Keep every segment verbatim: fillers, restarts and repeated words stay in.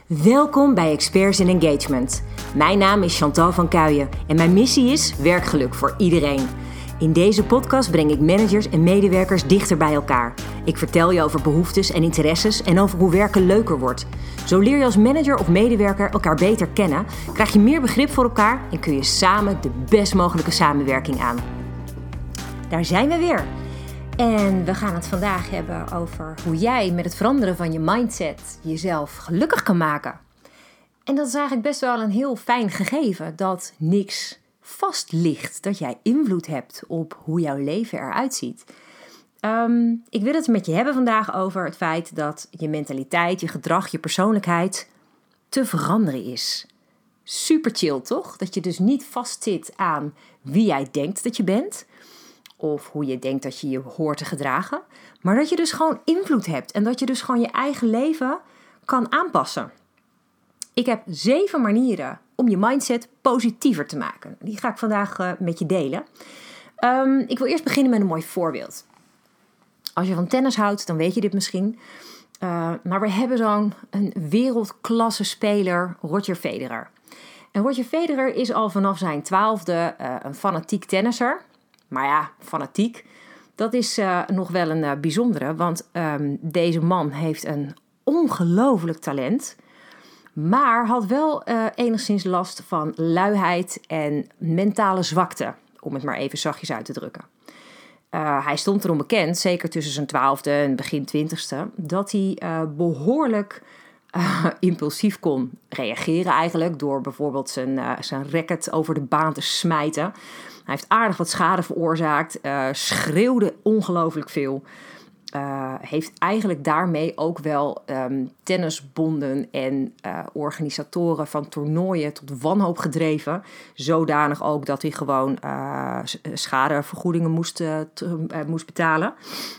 Welkom bij Experts in Engagement. Mijn naam is Chantal van Kuijen en mijn missie is werkgeluk voor iedereen. In deze podcast breng ik managers en medewerkers dichter bij elkaar. Ik vertel je over behoeftes en interesses en over hoe werken leuker wordt. Zo leer je als manager of medewerker elkaar beter kennen, krijg je meer begrip voor elkaar en kun je samen de best mogelijke samenwerking aan. Daar zijn we weer. En we gaan het vandaag hebben over hoe jij met het veranderen van je mindset jezelf gelukkig kan maken. En dat is eigenlijk best wel een heel fijn gegeven, dat niks vast ligt. Dat jij invloed hebt op hoe jouw leven eruit ziet. Um, ik wil het met je hebben vandaag over het feit dat je mentaliteit, je gedrag, je persoonlijkheid te veranderen is. Super chill, toch? Dat je dus niet vastzit aan wie jij denkt dat je bent. Of hoe je denkt dat je je hoort te gedragen. Maar dat je dus gewoon invloed hebt. En dat je dus gewoon je eigen leven kan aanpassen. Ik heb zeven manieren om je mindset positiever te maken. Die ga ik vandaag uh, met je delen. Um, ik wil eerst beginnen met een mooi voorbeeld. Als je van tennis houdt, dan weet je dit misschien. Uh, maar we hebben zo'n een wereldklasse speler, Roger Federer. En Roger Federer is al vanaf zijn twaalfde uh, een fanatiek tennisser. Maar ja, fanatiek, dat is uh, nog wel een uh, bijzondere. Want um, deze man heeft een ongelooflijk talent. Maar had wel uh, enigszins last van luiheid en mentale zwakte. Om het maar even zachtjes uit te drukken. Uh, hij stond erom bekend, zeker tussen zijn twaalfde en begin twintigste, dat hij uh, behoorlijk uh, impulsief kon reageren eigenlijk. Door bijvoorbeeld zijn, uh, zijn racket over de baan te smijten. Hij heeft aardig wat schade veroorzaakt, uh, schreeuwde ongelooflijk veel. Uh, heeft eigenlijk daarmee ook wel um, tennisbonden en uh, organisatoren van toernooien tot wanhoop gedreven. Zodanig ook dat hij gewoon uh, schadevergoedingen moest, uh, te, uh, moest betalen.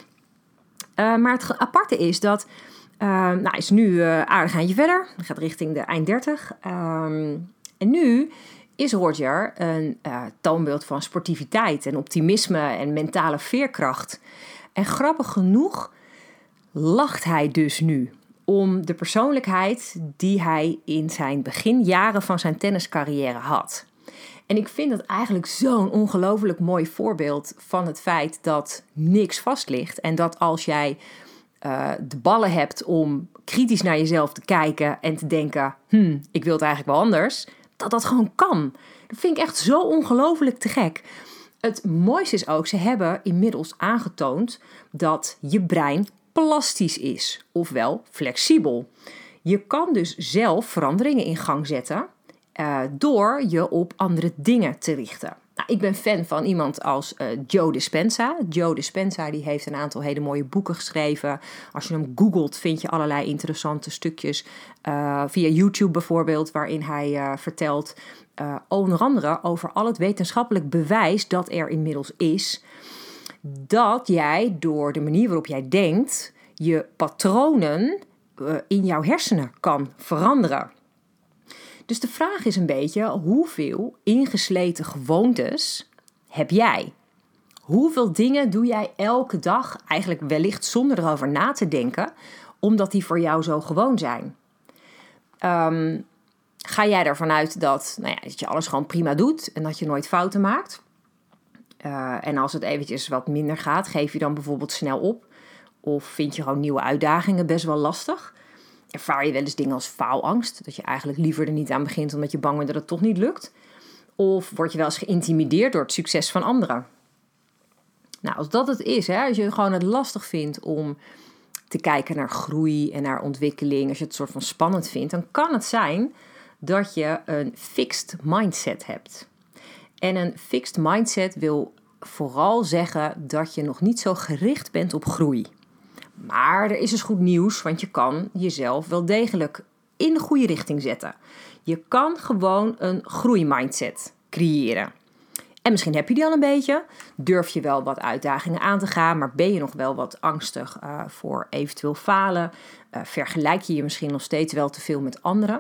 Uh, maar het aparte is dat, uh, nou, hij is nu uh, aardig eindje verder. Hij gaat richting de eind dertig. Um, en nu is Roger een uh, toonbeeld van sportiviteit en optimisme en mentale veerkracht. En grappig genoeg lacht hij dus nu om de persoonlijkheid die hij in zijn beginjaren van zijn tenniscarrière had. En ik vind dat eigenlijk zo'n ongelooflijk mooi voorbeeld van het feit dat niks vast ligt. En dat als jij uh, de ballen hebt om kritisch naar jezelf te kijken en te denken, hm, ik wil het eigenlijk wel anders, dat dat gewoon kan. Dat vind ik echt zo ongelooflijk te gek. Het mooiste is ook, ze hebben inmiddels aangetoond dat je brein plastisch is, ofwel flexibel. Je kan dus zelf veranderingen in gang zetten uh, door je op andere dingen te richten. Nou, ik ben fan van iemand als uh, Joe Dispenza. Joe Dispenza die heeft een aantal hele mooie boeken geschreven. Als je hem googelt vind je allerlei interessante stukjes. Uh, via YouTube bijvoorbeeld, waarin hij uh, vertelt uh, onder andere over al het wetenschappelijk bewijs dat er inmiddels is. Dat jij door de manier waarop jij denkt je patronen uh, in jouw hersenen kan veranderen. Dus de vraag is een beetje, hoeveel ingesleten gewoontes heb jij? Hoeveel dingen doe jij elke dag, eigenlijk wellicht zonder erover na te denken, omdat die voor jou zo gewoon zijn? Um, ga jij ervan uit dat, nou ja, dat je alles gewoon prima doet en dat je nooit fouten maakt? Uh, en als het eventjes wat minder gaat, geef je dan bijvoorbeeld snel op? Of vind je gewoon nieuwe uitdagingen best wel lastig? Ervaar je wel eens dingen als faalangst? Dat je eigenlijk liever er niet aan begint omdat je bang bent dat het toch niet lukt? Of word je wel eens geïntimideerd door het succes van anderen? Nou, als dat het is, hè, als je gewoon het lastig vindt om te kijken naar groei en naar ontwikkeling, als je het soort van spannend vindt, dan kan het zijn dat je een fixed mindset hebt. En een fixed mindset wil vooral zeggen dat je nog niet zo gericht bent op groei. Maar er is dus goed nieuws, want je kan jezelf wel degelijk in de goede richting zetten. Je kan gewoon een groeimindset creëren. En misschien heb je die al een beetje. Durf je wel wat uitdagingen aan te gaan, maar ben je nog wel wat angstig uh, voor eventueel falen? Uh, vergelijk je je misschien nog steeds wel te veel met anderen?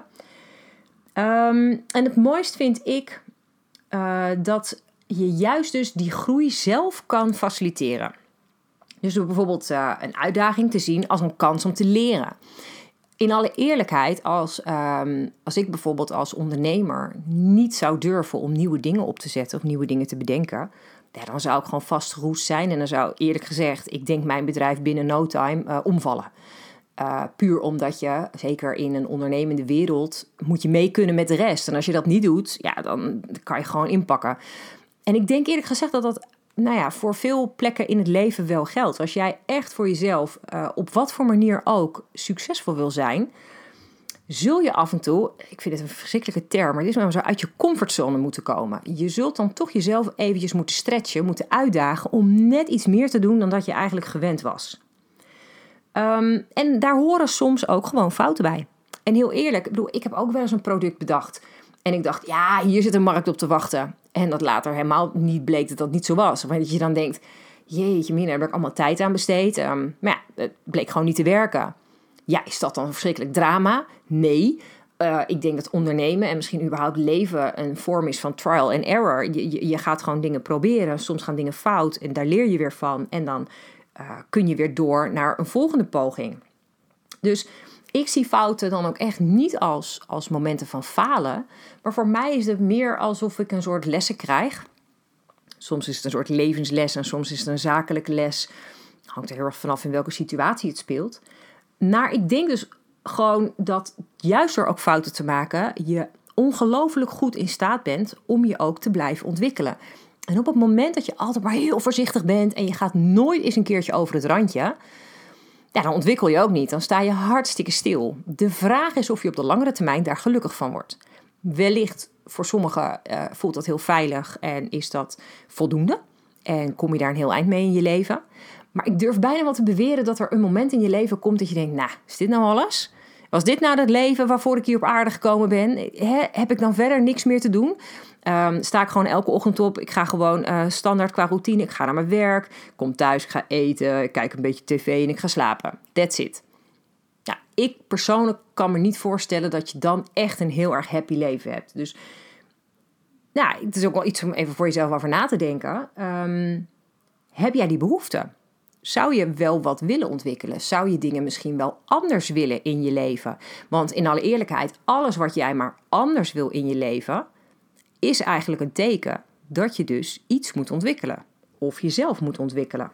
Um, en het mooist vind ik uh, dat je juist dus die groei zelf kan faciliteren. Dus door bijvoorbeeld uh, een uitdaging te zien als een kans om te leren. in alle eerlijkheid, als, um, als ik bijvoorbeeld als ondernemer niet zou durven om nieuwe dingen op te zetten of nieuwe dingen te bedenken, ja, dan zou ik gewoon vastgeroest zijn. En dan zou eerlijk gezegd, ik denk mijn bedrijf binnen no time uh, omvallen. Uh, puur omdat je, zeker in een ondernemende wereld, moet je mee kunnen met de rest. En als je dat niet doet, ja, dan kan je gewoon inpakken. En ik denk eerlijk gezegd dat dat nou ja, voor veel plekken in het leven wel geldt. Als jij echt voor jezelf, uh, op wat voor manier ook, succesvol wil zijn, zul je af en toe, ik vind het een verschrikkelijke term, maar het is maar zo, uit je comfortzone moeten komen. Je zult dan toch jezelf eventjes moeten stretchen, moeten uitdagen om net iets meer te doen dan dat je eigenlijk gewend was. Um, en daar horen soms ook gewoon fouten bij. En heel eerlijk, ik bedoel, ik heb ook wel eens een product bedacht. En ik dacht, ja, hier zit een markt op te wachten. En dat later helemaal niet bleek dat dat niet zo was. Maar dat je dan denkt, jeetje mina, daar heb ik allemaal tijd aan besteed. Um, maar ja, het bleek gewoon niet te werken. Ja, is dat dan een verschrikkelijk drama? Nee. Uh, ik denk dat ondernemen en misschien überhaupt leven een vorm is van trial and error. Je, je, je gaat gewoon dingen proberen. Soms gaan dingen fout en daar leer je weer van. En dan uh, kun je weer door naar een volgende poging. Dus ik zie fouten dan ook echt niet als, als momenten van falen. Maar voor mij is het meer alsof ik een soort lessen krijg. Soms is het een soort levensles en soms is het een zakelijke les. Hangt er heel erg vanaf in welke situatie het speelt. Maar ik denk dus gewoon dat juist door ook fouten te maken, je ongelooflijk goed in staat bent om je ook te blijven ontwikkelen. En op het moment dat je altijd maar heel voorzichtig bent en je gaat nooit eens een keertje over het randje, ja, dan ontwikkel je ook niet. Dan sta je hartstikke stil. De vraag is of je op de langere termijn daar gelukkig van wordt. Wellicht voor sommigen uh, voelt dat heel veilig en is dat voldoende. En kom je daar een heel eind mee in je leven. Maar ik durf bijna wel te beweren dat er een moment in je leven komt dat je denkt, nou, is dit nou alles? Was dit nou het leven waarvoor ik hier op aarde gekomen ben? He, heb ik dan verder niks meer te doen? Um, sta ik gewoon elke ochtend op. Ik ga gewoon uh, standaard qua routine. Ik ga naar mijn werk. Ik kom thuis, ik ga eten. Ik kijk een beetje tv en ik ga slapen. That's it. Nou, ik persoonlijk kan me niet voorstellen dat je dan echt een heel erg happy leven hebt. Dus nou, het is ook wel iets om even voor jezelf over na te denken. Um, heb jij die behoefte? Zou je wel wat willen ontwikkelen? Zou je dingen misschien wel anders willen in je leven? Want in alle eerlijkheid, alles wat jij maar anders wil in je leven, is eigenlijk een teken dat je dus iets moet ontwikkelen. Of jezelf moet ontwikkelen.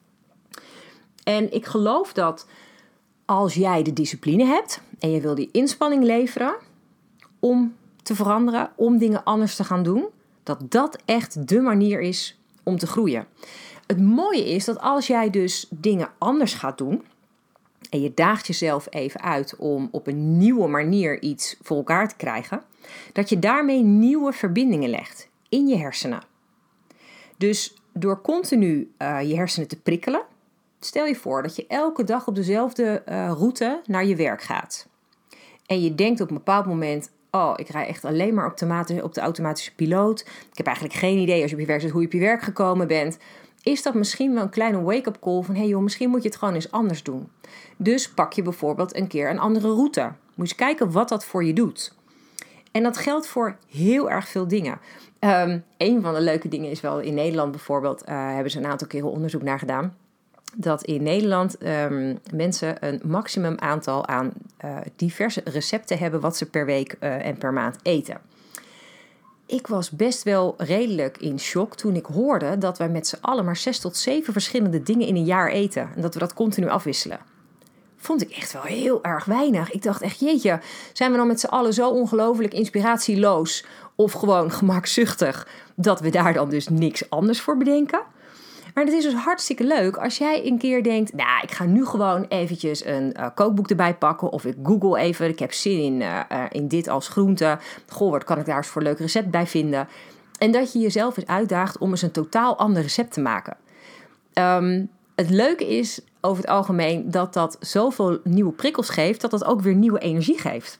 En ik geloof dat als jij de discipline hebt en je wil die inspanning leveren om te veranderen, om dingen anders te gaan doen, dat dat echt de manier is om te groeien. Het mooie is dat als jij dus dingen anders gaat doen en je daagt jezelf even uit om op een nieuwe manier iets voor elkaar te krijgen, dat je daarmee nieuwe verbindingen legt in je hersenen. Dus door continu uh, je hersenen te prikkelen, stel je voor dat je elke dag op dezelfde uh, route naar je werk gaat. En je denkt op een bepaald moment, oh, ik rij echt alleen maar op de, op de automatische piloot. Ik heb eigenlijk geen idee als je op je werk zit hoe je op je werk gekomen bent. Is dat misschien wel een kleine wake-up call van, hé hey joh, misschien moet je het gewoon eens anders doen. Dus pak je bijvoorbeeld een keer een andere route. Moet je eens kijken wat dat voor je doet. En dat geldt voor heel erg veel dingen. Um, een van de leuke dingen is wel in Nederland bijvoorbeeld, uh, hebben ze een aantal keren onderzoek naar gedaan, dat in Nederland um, mensen een maximum aantal aan uh, diverse recepten hebben wat ze per week uh, en per maand eten. Ik was best wel redelijk in shock toen ik hoorde dat wij met z'n allen maar zes tot zeven verschillende dingen in een jaar eten. En dat we dat continu afwisselen. Vond ik echt wel heel erg weinig. Ik dacht echt, jeetje, zijn we dan met z'n allen zo ongelooflijk inspiratieloos of gewoon gemakzuchtig dat we daar dan dus niks anders voor bedenken? Maar het is dus hartstikke leuk als jij een keer denkt, nou, ik ga nu gewoon eventjes een uh, kookboek erbij pakken. Of ik google even, ik heb zin in, uh, uh, in dit als groente. Goh, wat kan ik daar eens voor een leuk recept bij vinden? En dat je jezelf eens uitdaagt om eens een totaal ander recept te maken. Um, het leuke is over het algemeen dat dat zoveel nieuwe prikkels geeft, dat dat ook weer nieuwe energie geeft.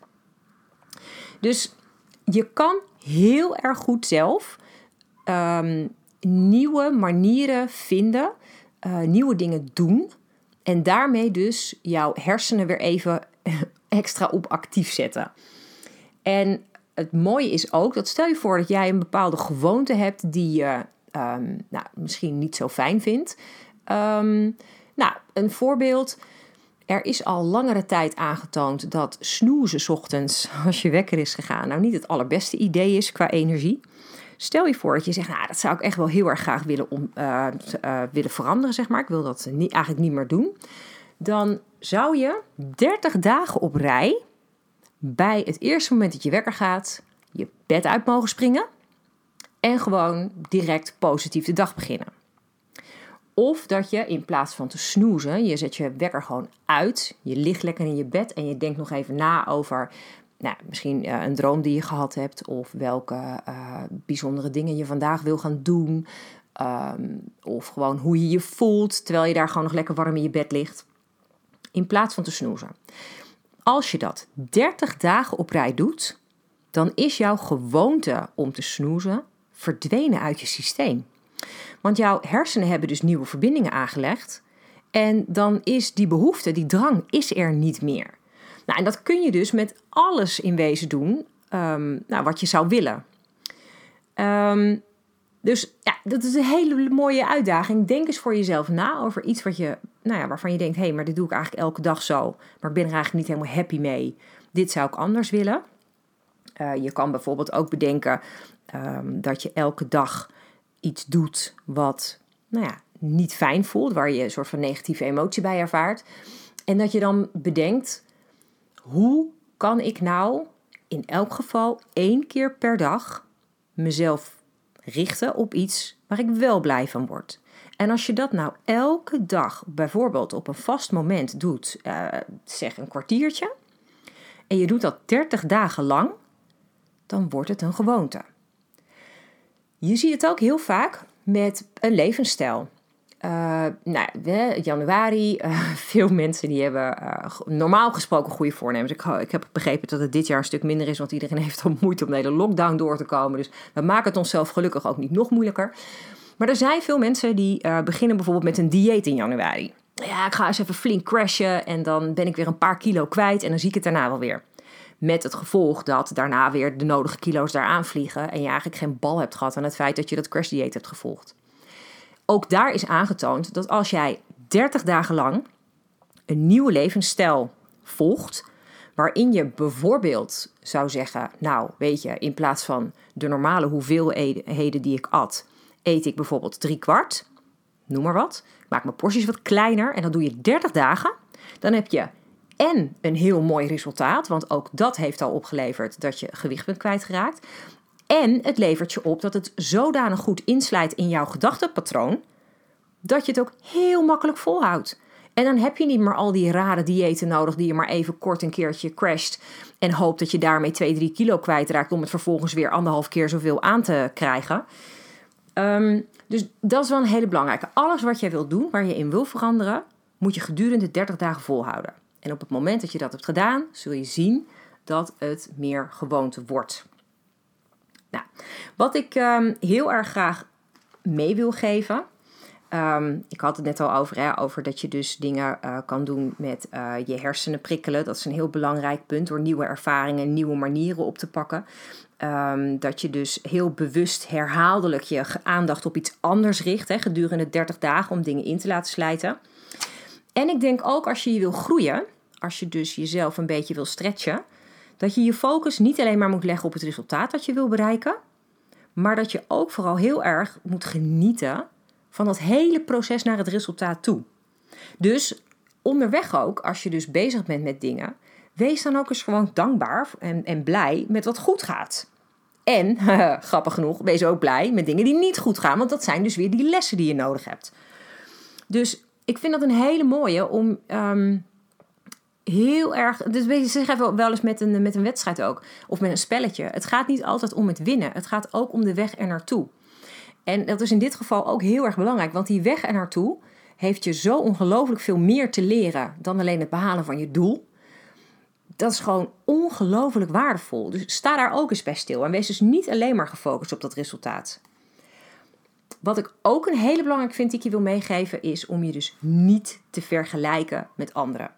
Dus je kan heel erg goed zelf Um, nieuwe manieren vinden, uh, nieuwe dingen doen en daarmee dus jouw hersenen weer even extra op actief zetten. En het mooie is ook, dat stel je voor dat jij een bepaalde gewoonte hebt die je um, nou, misschien niet zo fijn vindt. Um, nou, een voorbeeld. er is al langere tijd aangetoond dat snoezen 's ochtends, als je wekker is gegaan, nou niet het allerbeste idee is qua energie. Stel je voor dat je zegt, nou, dat zou ik echt wel heel erg graag willen, om, uh, uh, willen veranderen, zeg maar. Ik wil dat niet, eigenlijk niet meer doen. Dan zou je dertig dagen op rij, bij het eerste moment dat je wekker gaat, je bed uit mogen springen en gewoon direct positief de dag beginnen. Of dat je in plaats van te snoezen, je zet je wekker gewoon uit, je ligt lekker in je bed en je denkt nog even na over, nou, misschien uh, een droom die je gehad hebt of welke uh, bijzondere dingen je vandaag wil gaan doen. Um, of gewoon hoe je je voelt terwijl je daar gewoon nog lekker warm in je bed ligt. In plaats van te snoezen. Als je dat dertig dagen op rij doet, dan is jouw gewoonte om te snoezen verdwenen uit je systeem. Want jouw hersenen hebben dus nieuwe verbindingen aangelegd. En dan is die behoefte, die drang, is er niet meer. Nou, en dat kun je dus met alles in wezen doen um, nou, wat je zou willen. Um, dus ja, dat is een hele mooie uitdaging. Denk eens voor jezelf na over iets wat je, nou ja, waarvan je denkt, hé, hey, maar dit doe ik eigenlijk elke dag zo. Maar ik ben er eigenlijk niet helemaal happy mee. Dit zou ik anders willen. Uh, je kan bijvoorbeeld ook bedenken um, dat je elke dag iets doet wat, nou ja, niet fijn voelt, waar je een soort van negatieve emotie bij ervaart. En dat je dan bedenkt, hoe kan ik nou in elk geval één keer per dag mezelf richten op iets waar ik wel blij van word. En als je dat nou elke dag, bijvoorbeeld op een vast moment doet, uh, zeg een kwartiertje, en je doet dat dertig dagen lang, dan wordt het een gewoonte. Je ziet het ook heel vaak met een levensstijl. Uh, nou, januari, uh, veel mensen die hebben uh, normaal gesproken goede voornemens. Ik, ik heb begrepen dat het dit jaar een stuk minder is, want iedereen heeft al moeite om de hele lockdown door te komen. Dus we maken het onszelf gelukkig ook niet nog moeilijker. Maar er zijn veel mensen die uh, beginnen bijvoorbeeld met een dieet in januari. Ja, ik ga eens even flink crashen en dan ben ik weer een paar kilo kwijt en dan zie ik het daarna wel weer. Met het gevolg dat daarna weer de nodige kilo's daaraan vliegen en je eigenlijk geen bal hebt gehad aan het feit dat je dat crashdieet hebt gevolgd. Ook daar is aangetoond dat als jij dertig dagen lang een nieuwe levensstijl volgt, waarin je bijvoorbeeld zou zeggen, nou weet je, in plaats van de normale hoeveelheden die ik at, eet ik bijvoorbeeld drie kwart, noem maar wat. Ik maak mijn porties wat kleiner en dat doe je dertig dagen. Dan heb je en een heel mooi resultaat, want ook dat heeft al opgeleverd dat je gewicht bent kwijtgeraakt. En het levert je op dat het zodanig goed inslijt in jouw gedachtenpatroon, dat je het ook heel makkelijk volhoudt. En dan heb je niet meer al die rare diëten nodig die je maar even kort een keertje crasht en hoopt dat je daarmee twee, drie kilo kwijtraakt om het vervolgens weer anderhalf keer zoveel aan te krijgen. Um, dus dat is wel een hele belangrijke. Alles wat jij wilt doen, waar je in wil veranderen, moet je gedurende dertig dagen volhouden. En op het moment dat je dat hebt gedaan, zul je zien dat het meer gewoonte wordt. Nou, wat ik um, heel erg graag mee wil geven. Um, ik had het net al over, hè, over dat je dus dingen uh, kan doen met uh, je hersenen prikkelen. Dat is een heel belangrijk punt door nieuwe ervaringen, nieuwe manieren op te pakken. Um, dat je dus heel bewust herhaaldelijk je aandacht op iets anders richt, hè, gedurende dertig dagen om dingen in te laten slijten. En ik denk ook als je je wil groeien, als je dus jezelf een beetje wil stretchen, dat je je focus niet alleen maar moet leggen op het resultaat dat je wil bereiken, maar dat je ook vooral heel erg moet genieten van dat hele proces naar het resultaat toe. Dus onderweg ook, als je dus bezig bent met dingen, wees dan ook eens gewoon dankbaar en, en blij met wat goed gaat. En, grappig genoeg, wees ook blij met dingen die niet goed gaan, want dat zijn dus weer die lessen die je nodig hebt. Dus ik vind dat een hele mooie om um, heel erg, dus weet je, zeg even wel eens met een, met een wedstrijd ook, of met een spelletje. Het gaat niet altijd om het winnen, het gaat ook om de weg er naartoe. En dat is in dit geval ook heel erg belangrijk, want die weg er naartoe heeft je zo ongelooflijk veel meer te leren dan alleen het behalen van je doel. Dat is gewoon ongelooflijk waardevol. Dus sta daar ook eens bij stil en wees dus niet alleen maar gefocust op dat resultaat. Wat ik ook een hele belangrijk vind die ik je wil meegeven is om je dus niet te vergelijken met anderen.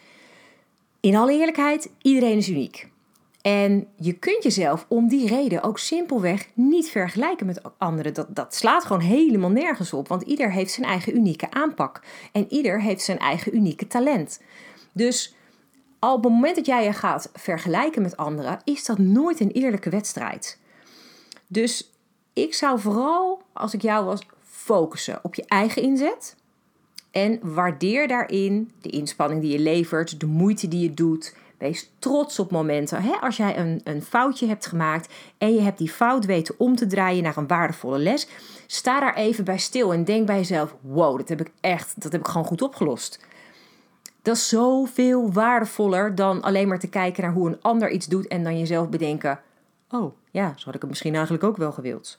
In alle eerlijkheid, iedereen is uniek. En je kunt jezelf om die reden ook simpelweg niet vergelijken met anderen. Dat, dat slaat gewoon helemaal nergens op, want ieder heeft zijn eigen unieke aanpak. En ieder heeft zijn eigen unieke talent. Dus al op het moment dat jij je gaat vergelijken met anderen, is dat nooit een eerlijke wedstrijd. Dus ik zou vooral, als ik jou was, focussen op je eigen inzet. En waardeer daarin de inspanning die je levert, de moeite die je doet. Wees trots op momenten. Hè? Als jij een, een foutje hebt gemaakt en je hebt die fout weten om te draaien naar een waardevolle les. Sta daar even bij stil en denk bij jezelf, wow, dat heb ik echt, dat heb ik gewoon goed opgelost. Dat is zoveel waardevoller dan alleen maar te kijken naar hoe een ander iets doet en dan jezelf bedenken, oh ja, zo had ik het misschien eigenlijk ook wel gewild.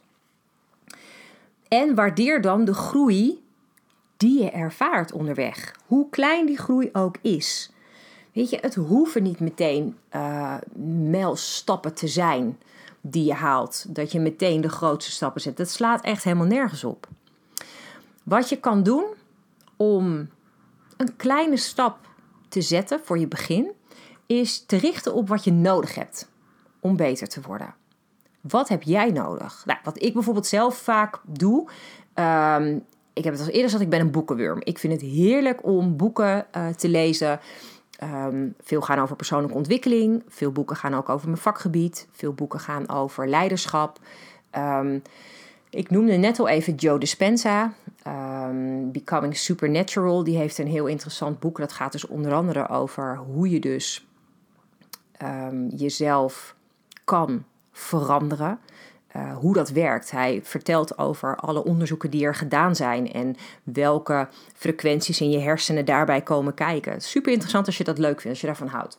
En waardeer dan de groei die je ervaart onderweg. Hoe klein die groei ook is. Weet je, het hoeven niet meteen uh, mijlstappen te zijn die je haalt. Dat je meteen de grootste stappen zet. Dat slaat echt helemaal nergens op. Wat je kan doen om een kleine stap te zetten voor je begin, is te richten op wat je nodig hebt om beter te worden. Wat heb jij nodig? Nou, wat ik bijvoorbeeld zelf vaak doe. Um, ik heb het al eerder gezegd, ik ben een boekenwurm. Ik vind het heerlijk om boeken uh, te lezen. Um, veel gaan over persoonlijke ontwikkeling. Veel boeken gaan ook over mijn vakgebied. Veel boeken gaan over leiderschap. Um, ik noemde net al even Joe Dispenza. Um, Becoming Supernatural. Die heeft een heel interessant boek. Dat gaat dus onder andere over hoe je dus um, jezelf kan veranderen. Uh, hoe dat werkt. Hij vertelt over alle onderzoeken die er gedaan zijn en welke frequenties in je hersenen daarbij komen kijken. Super interessant als je dat leuk vindt, als je daarvan houdt.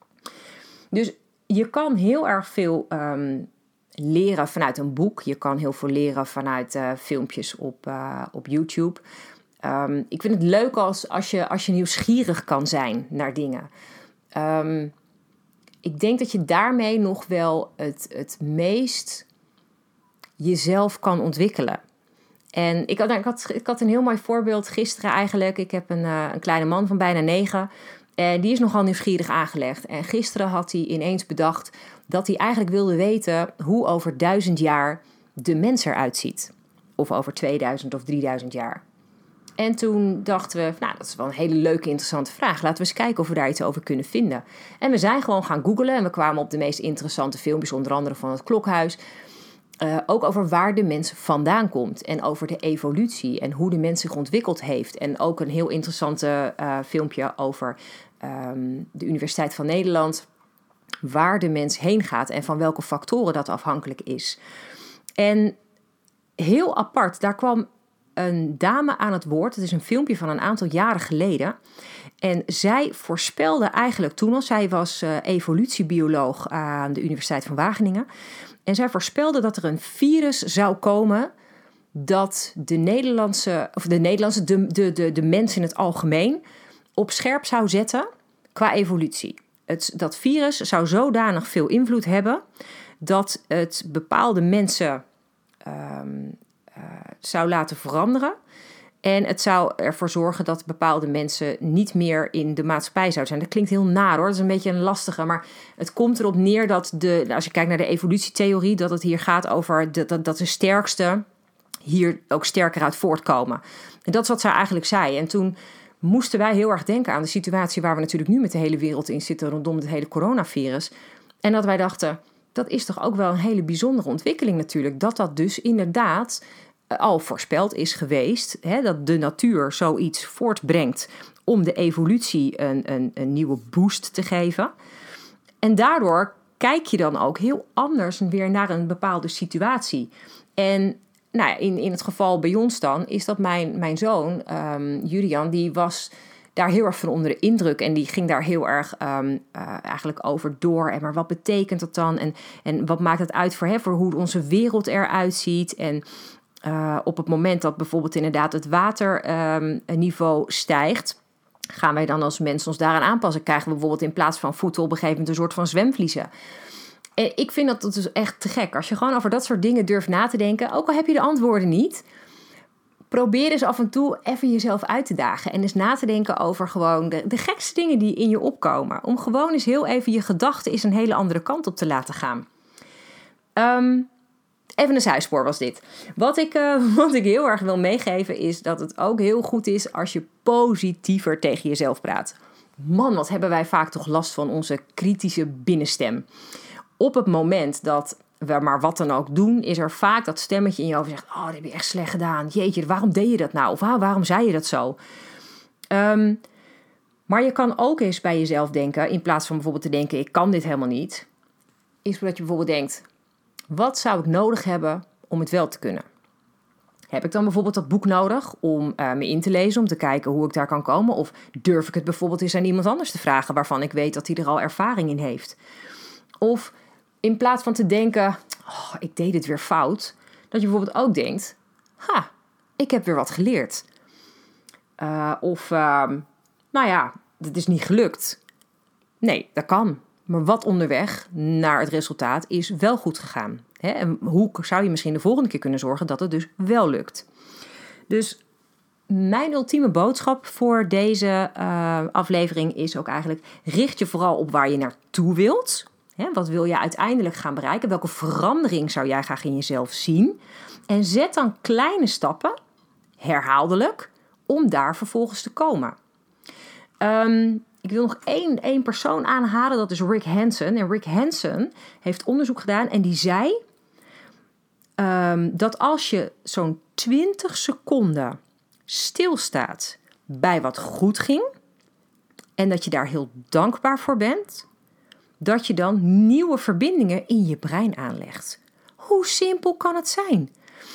Dus je kan heel erg veel um, leren vanuit een boek. Je kan heel veel leren vanuit uh, filmpjes op, uh, op YouTube. Um, ik vind het leuk als, als, je, als je nieuwsgierig kan zijn naar dingen. Um, ik denk dat je daarmee nog wel het, het meest jezelf kan ontwikkelen. En ik had, ik, had, ik had een heel mooi voorbeeld gisteren eigenlijk. Ik heb een, uh, een kleine man van bijna negen. En die is nogal nieuwsgierig aangelegd. En gisteren had hij ineens bedacht dat hij eigenlijk wilde weten hoe over duizend jaar de mens eruit ziet. Of over tweeduizend of drieduizend jaar. En toen dachten we, nou, dat is wel een hele leuke, interessante vraag. Laten we eens kijken of we daar iets over kunnen vinden. En we zijn gewoon gaan googlen en we kwamen op de meest interessante filmpjes, onder andere van het Klokhuis. Uh, ook over waar de mens vandaan komt en over de evolutie en hoe de mens zich ontwikkeld heeft. En ook een heel interessante uh, filmpje over um, de Universiteit van Nederland, waar de mens heen gaat en van welke factoren dat afhankelijk is. En heel apart, daar kwam een dame aan het woord. Het is een filmpje van een aantal jaren geleden. En zij voorspelde eigenlijk toen al, zij was uh, evolutiebioloog aan de Universiteit van Wageningen. En zij voorspelde dat er een virus zou komen dat de Nederlandse, of de Nederlandse, de, de, de, de mens in het algemeen op scherp zou zetten qua evolutie. Het, dat virus zou zodanig veel invloed hebben dat het bepaalde mensen um, uh, zou laten veranderen. En het zou ervoor zorgen dat bepaalde mensen niet meer in de maatschappij zouden zijn. Dat klinkt heel naar hoor, dat is een beetje een lastige. Maar het komt erop neer dat, de, als je kijkt naar de evolutietheorie, dat het hier gaat over de, dat, dat de sterkste hier ook sterker uit voortkomen. En dat is wat zij eigenlijk zei. En toen moesten wij heel erg denken aan de situatie waar we natuurlijk nu met de hele wereld in zitten rondom het hele coronavirus. En dat wij dachten, dat is toch ook wel een hele bijzondere ontwikkeling natuurlijk. Dat dat dus inderdaad al voorspeld is geweest, hè, dat de natuur zoiets voortbrengt om de evolutie een, een, een nieuwe boost te geven. En daardoor kijk je dan ook heel anders weer naar een bepaalde situatie. En nou ja, in, in het geval bij ons dan is dat mijn, mijn zoon, um, Julian, die was daar heel erg van onder de indruk. En die ging daar heel erg um, uh, eigenlijk over door. En maar wat betekent dat dan? En, en wat maakt het uit voor, hè, voor hoe onze wereld eruit ziet? En Uh, op het moment dat bijvoorbeeld inderdaad het waterniveau um, stijgt, gaan wij dan als mensen ons daaraan aanpassen. Krijgen we bijvoorbeeld in plaats van voeten op een gegeven moment een soort van zwemvliezen. En ik vind dat, dat dus echt te gek. Als je gewoon over dat soort dingen durft na te denken, ook al heb je de antwoorden niet, probeer eens af en toe even jezelf uit te dagen. En eens na te denken over gewoon de, de gekste dingen die in je opkomen. Om gewoon eens heel even je gedachten eens een hele andere kant op te laten gaan. Um, Even een zijspoor was dit. Wat ik, uh, wat ik heel erg wil meegeven is dat het ook heel goed is als je positiever tegen jezelf praat. man, wat hebben wij vaak toch last van onze kritische binnenstem. Op het moment dat we maar wat dan ook doen, is er vaak dat stemmetje in je hoofd zegt, oh, dat heb je echt slecht gedaan. Jeetje, waarom deed je dat nou? Of ah, waarom zei je dat zo? Um, maar je kan ook eens bij jezelf denken, in plaats van bijvoorbeeld te denken, ik kan dit helemaal niet, is dat je bijvoorbeeld denkt, wat zou ik nodig hebben om het wel te kunnen? Heb ik dan bijvoorbeeld dat boek nodig om uh, me in te lezen, om te kijken hoe ik daar kan komen? Of durf ik het bijvoorbeeld eens aan iemand anders te vragen, waarvan ik weet dat hij er al ervaring in heeft? Of in plaats van te denken, oh, ik deed het weer fout, dat je bijvoorbeeld ook denkt, ha, ik heb weer wat geleerd. Uh, of, uh, nou ja, het is niet gelukt. Nee, dat kan. Maar wat onderweg naar het resultaat is wel goed gegaan. Hè? En hoe zou je misschien de volgende keer kunnen zorgen dat het dus wel lukt? Dus mijn ultieme boodschap voor deze uh, aflevering is ook eigenlijk, richt je vooral op waar je naartoe wilt. Hè? Wat wil je uiteindelijk gaan bereiken? Welke verandering zou jij graag in jezelf zien? En zet dan kleine stappen, herhaaldelijk, om daar vervolgens te komen. Um, ik wil nog één, één persoon aanhalen, dat is Rick Hanson. En Rick Hanson heeft onderzoek gedaan en die zei um, dat als je zo'n twintig seconden stilstaat bij wat goed ging en dat je daar heel dankbaar voor bent, dat je dan nieuwe verbindingen in je brein aanlegt. Hoe simpel kan het zijn?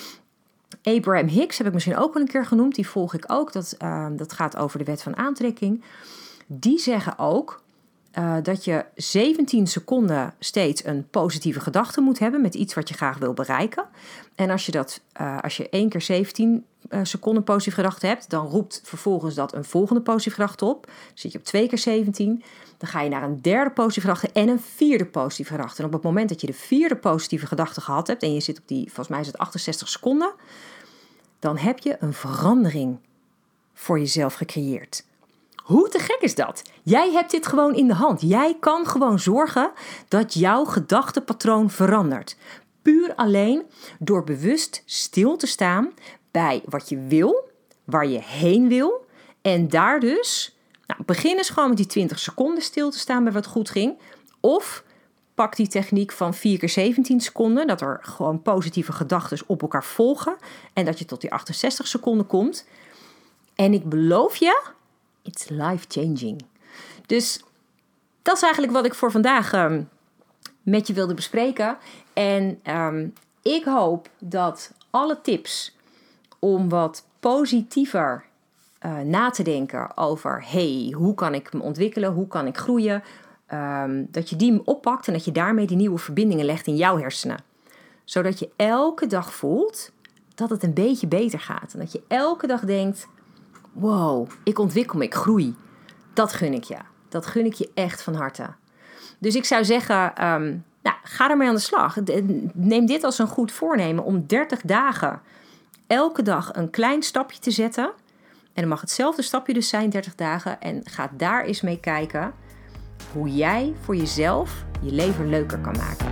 Abraham Hicks heb ik misschien ook wel een keer genoemd. Die volg ik ook. Dat, uh, dat gaat over de wet van aantrekking. Die zeggen ook uh, dat je zeventien seconden steeds een positieve gedachte moet hebben met iets wat je graag wil bereiken. En als je dat, uh, als je één keer zeventien uh, seconden positieve gedachte hebt, dan roept vervolgens dat een volgende positieve gedachte op. Dan zit je op twee keer zeventien. Dan ga je naar een derde positieve gedachte en een vierde positieve gedachte. En op het moment dat je de vierde positieve gedachte gehad hebt en je zit op die, volgens mij is het achtenzestig seconden, dan heb je een verandering voor jezelf gecreëerd. Hoe te gek is dat? Jij hebt dit gewoon in de hand. Jij kan gewoon zorgen dat jouw gedachtepatroon verandert. Puur alleen door bewust stil te staan bij wat je wil, waar je heen wil. En daar dus, nou, begin eens gewoon met die twintig seconden stil te staan bij wat goed ging. Of pak die techniek van vier keer zeventien seconden, dat er gewoon positieve gedachten op elkaar volgen. En dat je tot die achtenzestig seconden komt. En ik beloof je, it's life-changing. Dus dat is eigenlijk wat ik voor vandaag um, met je wilde bespreken. En um, ik hoop dat alle tips om wat positiever uh, na te denken over, hey, hoe kan ik me ontwikkelen, hoe kan ik groeien, um, dat je die oppakt en dat je daarmee die nieuwe verbindingen legt in jouw hersenen. Zodat je elke dag voelt dat het een beetje beter gaat. En dat je elke dag denkt, wow, ik ontwikkel me, ik groei. Dat gun ik je. Dat gun ik je echt van harte. Dus ik zou zeggen, um, nou, ga ermee aan de slag. Neem dit als een goed voornemen om dertig dagen elke dag een klein stapje te zetten. En dan mag hetzelfde stapje dus zijn, dertig dagen. En ga daar eens mee kijken hoe jij voor jezelf je leven leuker kan maken.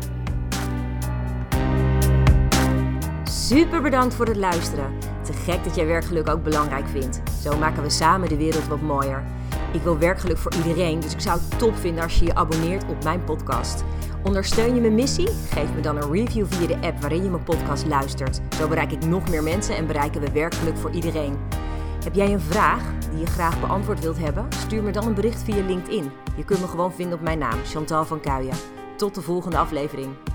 Super bedankt voor het luisteren. Te gek dat jij werkgeluk ook belangrijk vindt. Zo maken we samen de wereld wat mooier. Ik wil werkgeluk voor iedereen, dus ik zou het top vinden als je je abonneert op mijn podcast. Ondersteun je mijn missie? Geef me dan een review via de app waarin je mijn podcast luistert. Zo bereik ik nog meer mensen en bereiken we werkgeluk voor iedereen. Heb jij een vraag die je graag beantwoord wilt hebben? Stuur me dan een bericht via LinkedIn. Je kunt me gewoon vinden op mijn naam, Chantal van Kuijen. Tot de volgende aflevering.